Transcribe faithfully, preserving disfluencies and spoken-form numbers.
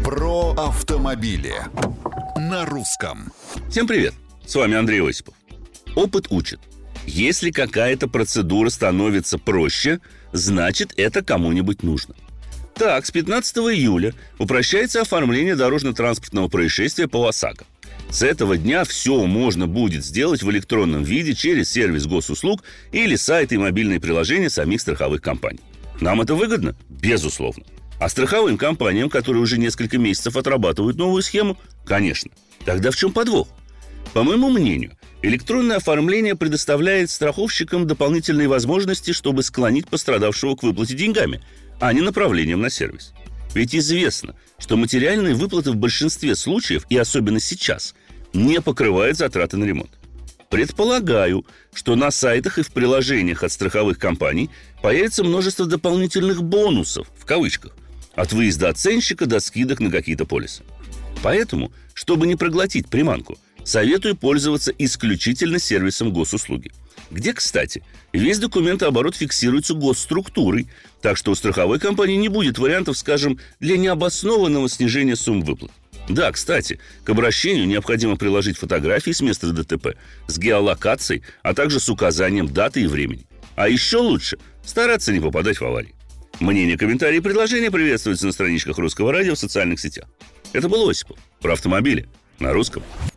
Про автомобили на русском. Всем привет, с вами Андрей Осипов. Опыт учит. Если какая-то процедура становится проще, значит, это кому-нибудь нужно. Так, с пятнадцатого июля упрощается оформление дорожно-транспортного происшествия по ОСАГО. С этого дня все можно будет сделать в электронном виде через сервис госуслуг или сайты и мобильные приложения самих страховых компаний. Нам это выгодно? Безусловно. А страховым компаниям, которые уже несколько месяцев отрабатывают новую схему? Конечно. Тогда в чем подвох? По моему мнению, электронное оформление предоставляет страховщикам дополнительные возможности, чтобы склонить пострадавшего к выплате деньгами, а не направлением на сервис. Ведь известно, что материальные выплаты в большинстве случаев, и особенно сейчас, не покрывают затраты на ремонт. Предполагаю, что на сайтах и в приложениях от страховых компаний появится множество дополнительных бонусов, в кавычках, от выезда оценщика до скидок на какие-то полисы. Поэтому, чтобы не проглотить приманку, советую пользоваться исключительно сервисом госуслуги, где, кстати, весь документооборот фиксируется госструктурой, так что у страховой компании не будет вариантов, скажем, для необоснованного снижения сумм выплат. Да, кстати, к обращению необходимо приложить фотографии с места ДТП, с геолокацией, а также с указанием даты и времени. А еще лучше стараться не попадать в аварии. Мнения, комментарии и предложения приветствуются на страничках Русского радио в социальных сетях. Это был Осипов про автомобили на русском.